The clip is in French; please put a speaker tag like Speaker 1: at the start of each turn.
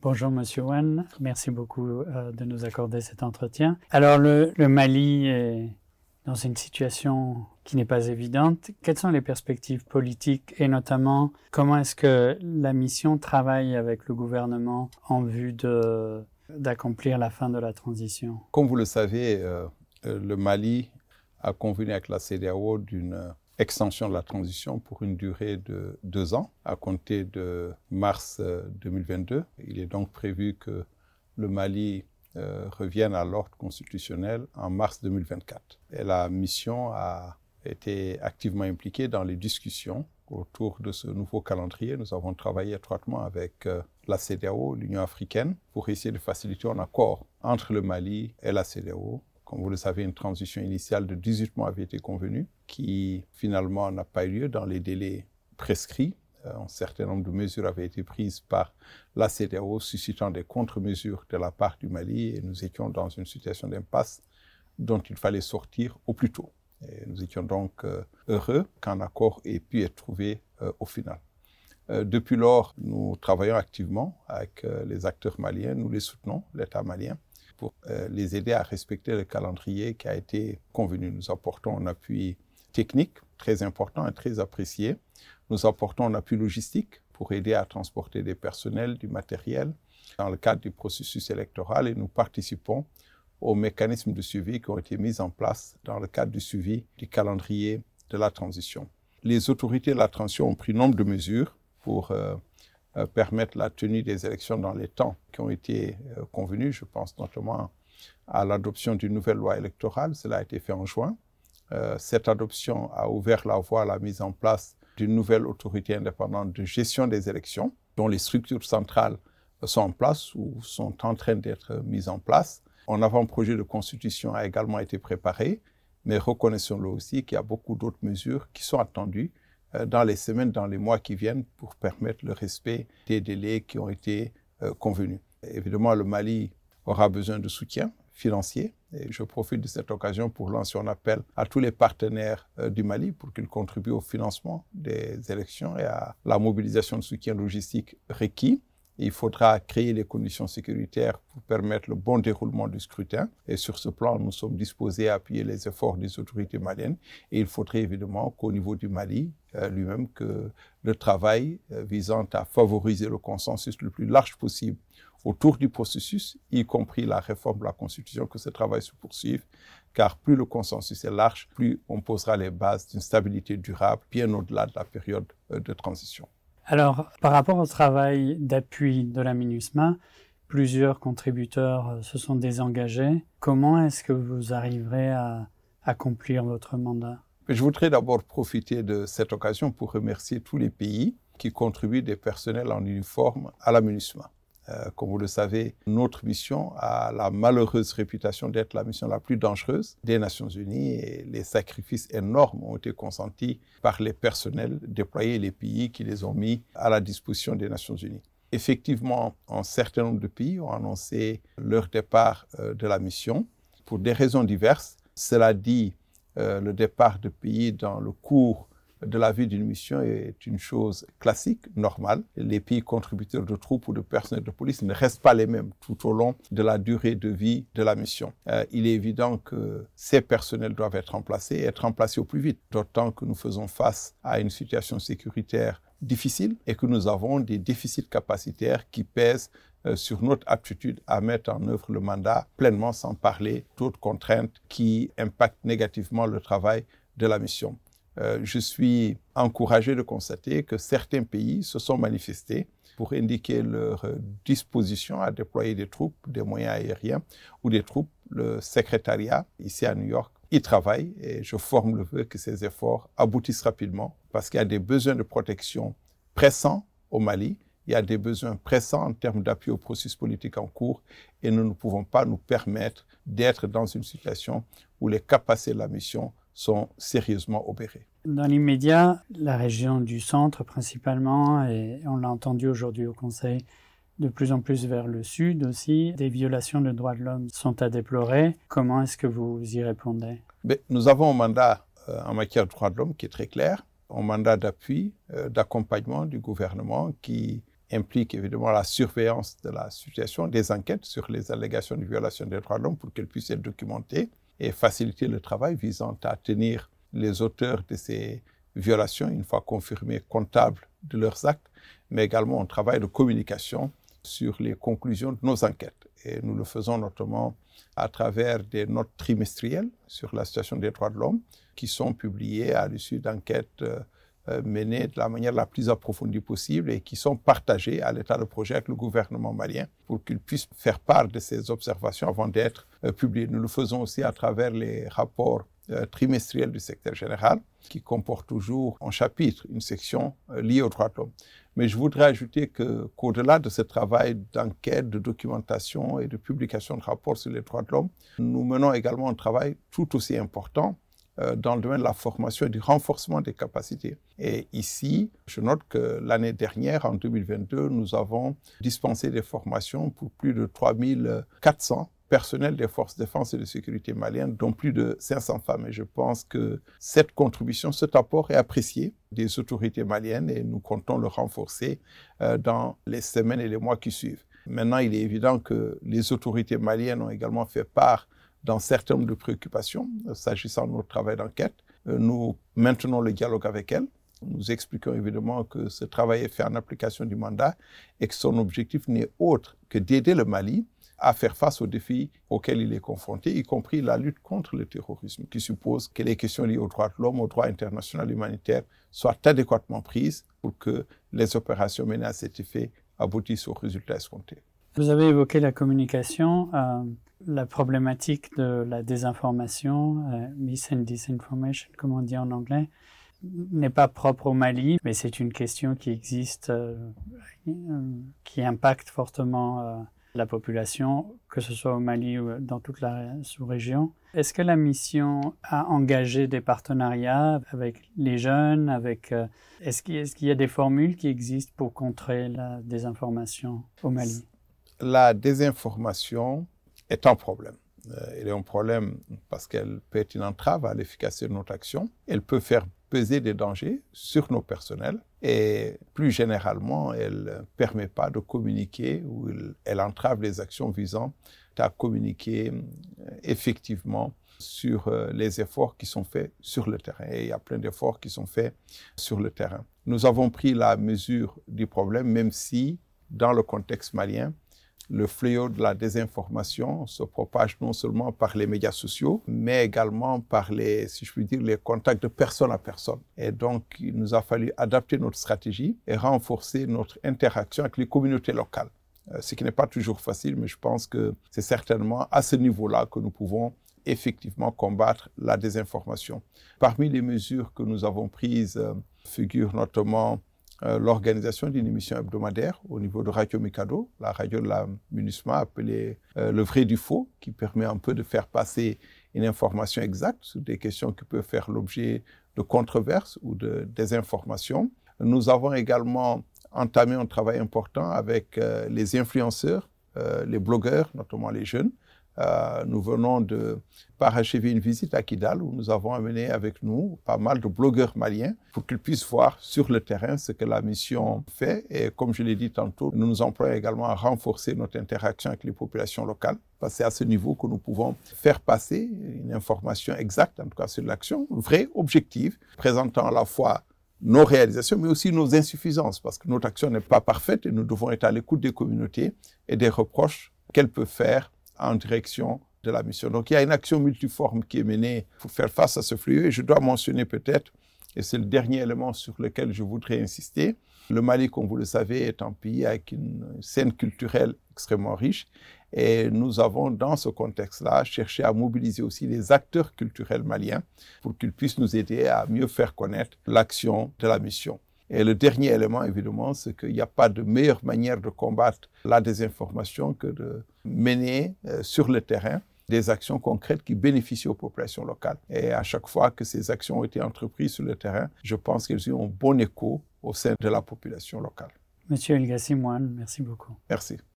Speaker 1: Bonjour Monsieur Wen, merci beaucoup de nous accorder cet entretien. Alors le Mali est dans une situation qui n'est pas évidente. Quelles sont les perspectives politiques et notamment comment est-ce que la mission travaille avec le gouvernement en vue d'accomplir la fin de la transition?
Speaker 2: Comme vous le savez, le Mali a convenu avec la CEDEAO d'une extension de la transition pour une durée de 2 ans, à compter de mars 2022. Il est donc prévu que le Mali revienne à l'ordre constitutionnel en mars 2024. Et la mission a été activement impliquée dans les discussions autour de ce nouveau calendrier. Nous avons travaillé étroitement avec la CEDEAO, l'Union africaine, pour essayer de faciliter un accord entre le Mali et la CEDEAO. Comme vous le savez, une transition initiale de 18 mois avait été convenue, qui finalement n'a pas eu lieu dans les délais prescrits. Un certain nombre de mesures avaient été prises par la CEDEAO, suscitant des contre-mesures de la part du Mali, et nous étions dans une situation d'impasse dont il fallait sortir au plus tôt. Et nous étions donc heureux qu'un accord ait pu être trouvé au final. Depuis lors, nous travaillons activement avec les acteurs maliens, nous les soutenons, l'État malien, pour les aider à respecter le calendrier qui a été convenu. Nous apportons un appui technique très important et très apprécié. Nous apportons un appui logistique pour aider à transporter des personnels, du matériel dans le cadre du processus électoral et nous participons aux mécanismes de suivi qui ont été mis en place dans le cadre du suivi du calendrier de la transition. Les autorités de la transition ont pris nombre de mesures pour permettre la tenue des élections dans les temps qui ont été convenus. Je pense notamment à l'adoption d'une nouvelle loi électorale. Cela a été fait en juin. Cette adoption a ouvert la voie à la mise en place d'une nouvelle autorité indépendante de gestion des élections, dont les structures centrales sont en place ou sont en train d'être mises en place. Un avant-projet de constitution a également été préparé, mais reconnaissons-le aussi qu'il y a beaucoup d'autres mesures qui sont attendues dans les semaines, dans les mois qui viennent pour permettre le respect des délais qui ont été convenus. Évidemment, le Mali aura besoin de soutien financier et je profite de cette occasion pour lancer un appel à tous les partenaires du Mali pour qu'ils contribuent au financement des élections et à la mobilisation de soutien logistique requis. Il faudra créer les conditions sécuritaires pour permettre le bon déroulement du scrutin. Et sur ce plan, nous sommes disposés à appuyer les efforts des autorités maliennes. Et il faudrait évidemment qu'au niveau du Mali lui-même, que le travail visant à favoriser le consensus le plus large possible autour du processus, y compris la réforme de la Constitution, que ce travail se poursuive. Car plus le consensus est large, plus on posera les bases d'une stabilité durable, bien au-delà de la période de transition.
Speaker 1: Alors, par rapport au travail d'appui de la MINUSMA, plusieurs contributeurs se sont désengagés. Comment est-ce que vous arriverez à accomplir votre mandat?
Speaker 2: Je voudrais d'abord profiter de cette occasion pour remercier tous les pays qui contribuent des personnels en uniforme à la MINUSMA. Comme vous le savez, notre mission a la malheureuse réputation d'être la mission la plus dangereuse des Nations Unies et les sacrifices énormes ont été consentis par les personnels déployés et les pays qui les ont mis à la disposition des Nations Unies. Effectivement, un certain nombre de pays ont annoncé leur départ de la mission pour des raisons diverses. Cela dit, le départ de pays dans le cours de la vie d'une mission est une chose classique, normale. Les pays contributeurs de troupes ou de personnel de police ne restent pas les mêmes tout au long de la durée de vie de la mission. Il est évident que ces personnels doivent être remplacés au plus vite, d'autant que nous faisons face à une situation sécuritaire difficile et que nous avons des déficits capacitaires qui pèsent sur notre aptitude à mettre en œuvre le mandat pleinement, sans parler d'autres contraintes qui impactent négativement le travail de la mission. Je suis encouragé de constater que certains pays se sont manifestés pour indiquer leur disposition à déployer des troupes, des moyens aériens ou des troupes. Le secrétariat, ici à New York, y travaille et je forme le vœu que ces efforts aboutissent rapidement parce qu'il y a des besoins de protection pressants au Mali. Il y a des besoins pressants en termes d'appui au processus politique en cours et nous ne pouvons pas nous permettre d'être dans une situation où les capacités de la mission sont sérieusement obérées.
Speaker 1: Dans l'immédiat, la région du centre principalement, et on l'a entendu aujourd'hui au Conseil, de plus en plus vers le sud aussi, des violations de droits de l'homme sont à déplorer. Comment est-ce que vous y répondez?
Speaker 2: Nous avons un mandat en matière de droits de l'homme qui est très clair, un mandat d'appui, d'accompagnement du gouvernement qui implique évidemment la surveillance de la situation, des enquêtes sur les allégations de violation des droits de l'homme pour qu'elles puissent être documentées et faciliter le travail visant à tenir les auteurs de ces violations, une fois confirmés, comptables de leurs actes, mais également un travail de communication sur les conclusions de nos enquêtes. Et nous le faisons notamment à travers des notes trimestrielles sur la situation des droits de l'homme qui sont publiées à l'issue d'enquêtes menées de la manière la plus approfondie possible et qui sont partagées à l'état de projet avec le gouvernement malien pour qu'il puisse faire part de ces observations avant d'être publiées. Nous le faisons aussi à travers les rapports trimestriels du secrétaire général qui comportent toujours en chapitre une section liée aux droits de l'homme. Mais je voudrais ajouter qu'au-delà de ce travail d'enquête, de documentation et de publication de rapports sur les droits de l'homme, nous menons également un travail tout aussi important dans le domaine de la formation et du renforcement des capacités. Et ici, je note que l'année dernière, en 2022, nous avons dispensé des formations pour plus de 3400 personnels des forces de défense et de sécurité maliennes, dont plus de 500 femmes. Et je pense que cette contribution, cet apport est apprécié des autorités maliennes et nous comptons le renforcer dans les semaines et les mois qui suivent. Maintenant, il est évident que les autorités maliennes ont également fait part d'un certain nombre de préoccupations s'agissant de notre travail d'enquête. Nous maintenons le dialogue avec elles. Nous expliquons évidemment que ce travail est fait en application du mandat et que son objectif n'est autre que d'aider le Mali à faire face aux défis auxquels il est confronté, y compris la lutte contre le terrorisme, qui suppose que les questions liées aux droits de l'homme, au droit international humanitaire soient adéquatement prises pour que les opérations menées à cet effet aboutissent aux résultats escomptés.
Speaker 1: Vous avez évoqué la communication, la problématique de la désinformation, mis and disinformation, comme on dit en anglais, n'est pas propre au Mali, mais c'est une question qui existe, qui impacte fortement la population, que ce soit au Mali ou dans toute la sous-région. Est-ce que la mission a engagé des partenariats avec les jeunes, est-ce qu'il y a des formules qui existent pour contrer la désinformation au Mali?
Speaker 2: La désinformation est un problème. Elle est un problème parce qu'elle peut être une entrave à l'efficacité de notre action. Elle peut faire peser des dangers sur nos personnels et plus généralement, elle ne permet pas de communiquer ou elle entrave les actions visant à communiquer effectivement sur les efforts qui sont faits sur le terrain. Et il y a plein d'efforts qui sont faits sur le terrain. Nous avons pris la mesure du problème, même si, dans le contexte malien, le fléau de la désinformation se propage non seulement par les médias sociaux, mais également par les contacts de personne à personne. Et donc, il nous a fallu adapter notre stratégie et renforcer notre interaction avec les communautés locales. Ce qui n'est pas toujours facile, mais je pense que c'est certainement à ce niveau-là que nous pouvons effectivement combattre la désinformation. Parmi les mesures que nous avons prises figure notamment l'organisation d'une émission hebdomadaire au niveau de Radio Mikado, la radio de la MINUSMA appelée Le Vrai du Faux, qui permet un peu de faire passer une information exacte sur des questions qui peuvent faire l'objet de controverses ou de désinformation. Nous avons également entamé un travail important avec les influenceurs, les blogueurs, notamment les jeunes. Nous venons de parachever une visite à Kidal où nous avons amené avec nous pas mal de blogueurs maliens pour qu'ils puissent voir sur le terrain ce que la mission fait. Et comme je l'ai dit tantôt, nous nous employons également à renforcer notre interaction avec les populations locales parce que c'est à ce niveau que nous pouvons faire passer une information exacte, en tout cas sur l'action, vraie, objective, présentant à la fois nos réalisations, mais aussi nos insuffisances, parce que notre action n'est pas parfaite et nous devons être à l'écoute des communautés et des reproches qu'elles peuvent faire en direction de la mission. Donc, il y a une action multiforme qui est menée pour faire face à ce fléau. Et je dois mentionner peut-être, et c'est le dernier élément sur lequel je voudrais insister, le Mali, comme vous le savez, est un pays avec une scène culturelle extrêmement riche. Et nous avons, dans ce contexte-là, cherché à mobiliser aussi les acteurs culturels maliens pour qu'ils puissent nous aider à mieux faire connaître l'action de la mission. Et le dernier élément, évidemment, c'est qu'il n'y a pas de meilleure manière de combattre la désinformation que de mener sur le terrain des actions concrètes qui bénéficient aux populations locales. Et à chaque fois que ces actions ont été entreprises sur le terrain, je pense qu'elles ont un bon écho au sein de la population locale.
Speaker 1: Monsieur El Gassi Moine, merci beaucoup.
Speaker 2: Merci.